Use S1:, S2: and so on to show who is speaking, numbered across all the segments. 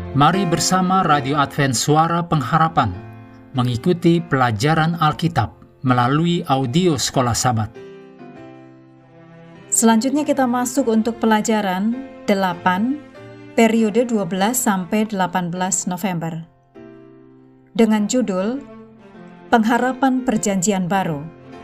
S1: Mari bersama Radio Advent Suara Pengharapan mengikuti pelajaran Alkitab melalui audio Sekolah Sabat.
S2: Selanjutnya kita masuk untuk pelajaran 8 periode 12 sampai 18 November dengan judul Pengharapan Perjanjian Baru.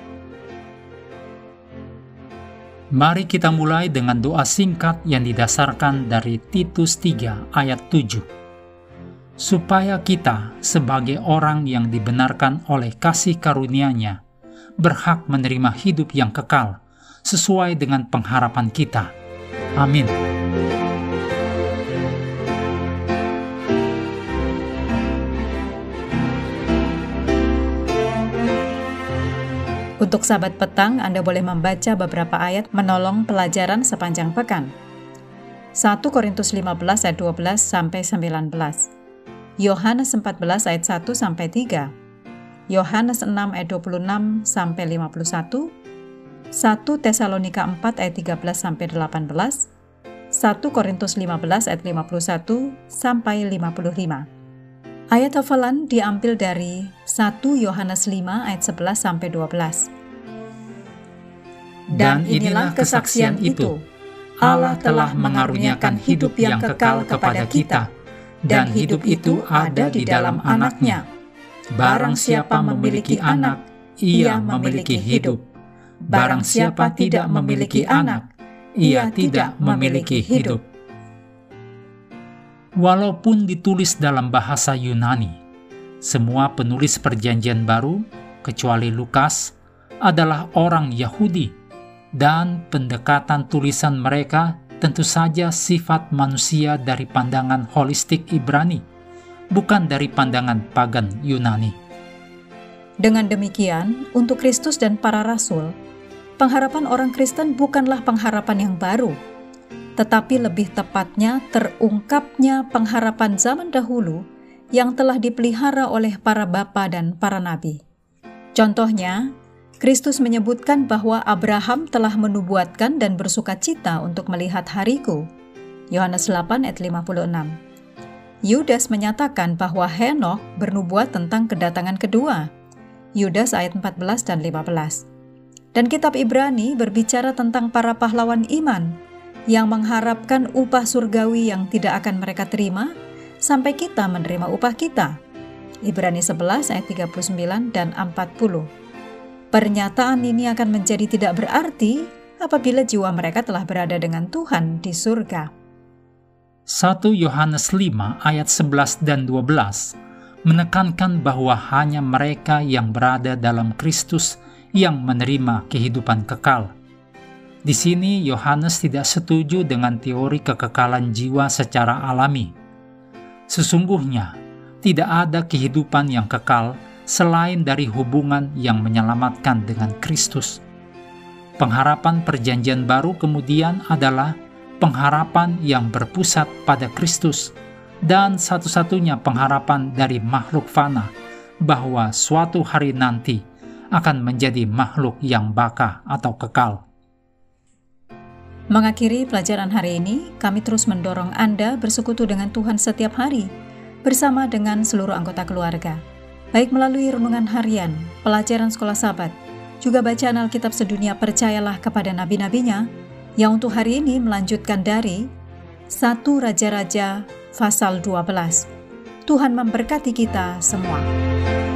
S1: Mari kita mulai dengan doa singkat yang didasarkan dari Titus 3 ayat 7. Supaya kita sebagai orang yang dibenarkan oleh kasih karunia-Nya berhak menerima hidup yang kekal sesuai dengan pengharapan kita. Amin.
S2: Untuk sahabat petang, Anda boleh membaca beberapa ayat menolong pelajaran sepanjang pekan. 1 Korintus 15 ayat 12 sampai 19. Yohanes 14 ayat 1 sampai 3. Yohanes 6 ayat 26 sampai 51. 1 Tesalonika 4 ayat 13 sampai 18. 1 Korintus 15 ayat 51 sampai 55. Ayat hafalan diambil dari 1 Yohanes 5 ayat 11 sampai 12.
S1: Dan inilah kesaksian itu, Allah telah mengaruniakan hidup yang kekal kepada kita, dan hidup itu ada di dalam Anak-Nya. Barang siapa memiliki anak, ia memiliki hidup. Barang siapa tidak memiliki anak, ia tidak memiliki hidup. Walaupun ditulis dalam bahasa Yunani, semua penulis Perjanjian Baru, kecuali Lukas, adalah orang Yahudi, dan pendekatan tulisan mereka tentu saja sifat manusia dari pandangan holistik Ibrani, bukan dari pandangan pagan Yunani.
S2: Dengan demikian, untuk Kristus dan para rasul, pengharapan orang Kristen bukanlah pengharapan yang baru, tetapi lebih tepatnya terungkapnya pengharapan zaman dahulu yang telah dipelihara oleh para bapa dan para nabi. Contohnya, Kristus menyebutkan bahwa Abraham telah menubuatkan dan bersukacita untuk melihat hariku. Yohanes 8 ayat 56. Yudas menyatakan bahwa Henokh bernubuat tentang kedatangan kedua. Yudas ayat 14 dan 15. Dan kitab Ibrani berbicara tentang para pahlawan iman yang mengharapkan upah surgawi yang tidak akan mereka terima sampai kita menerima upah kita. Ibrani 11 ayat 39 dan 40. Pernyataan ini akan menjadi tidak berarti apabila jiwa mereka telah berada dengan Tuhan di surga.
S1: 1 Yohanes 5 ayat 11 dan 12 menekankan bahwa hanya mereka yang berada dalam Kristus yang menerima kehidupan kekal. Di sini Yohanes tidak setuju dengan teori kekekalan jiwa secara alami. Sesungguhnya, tidak ada kehidupan yang kekal selain dari hubungan yang menyelamatkan dengan Kristus. Pengharapan Perjanjian Baru kemudian adalah pengharapan yang berpusat pada Kristus dan satu-satunya pengharapan dari makhluk fana bahwa suatu hari nanti akan menjadi makhluk yang baka atau kekal.
S2: Mengakhiri pelajaran hari ini, kami terus mendorong Anda bersekutu dengan Tuhan setiap hari, bersama dengan seluruh anggota keluarga, baik melalui renungan harian, pelajaran sekolah Sabat, juga bacaan Alkitab sedunia percayalah kepada nabi-nabinya, yang untuk hari ini melanjutkan dari 1 Raja-Raja pasal 12. Tuhan memberkati kita semua.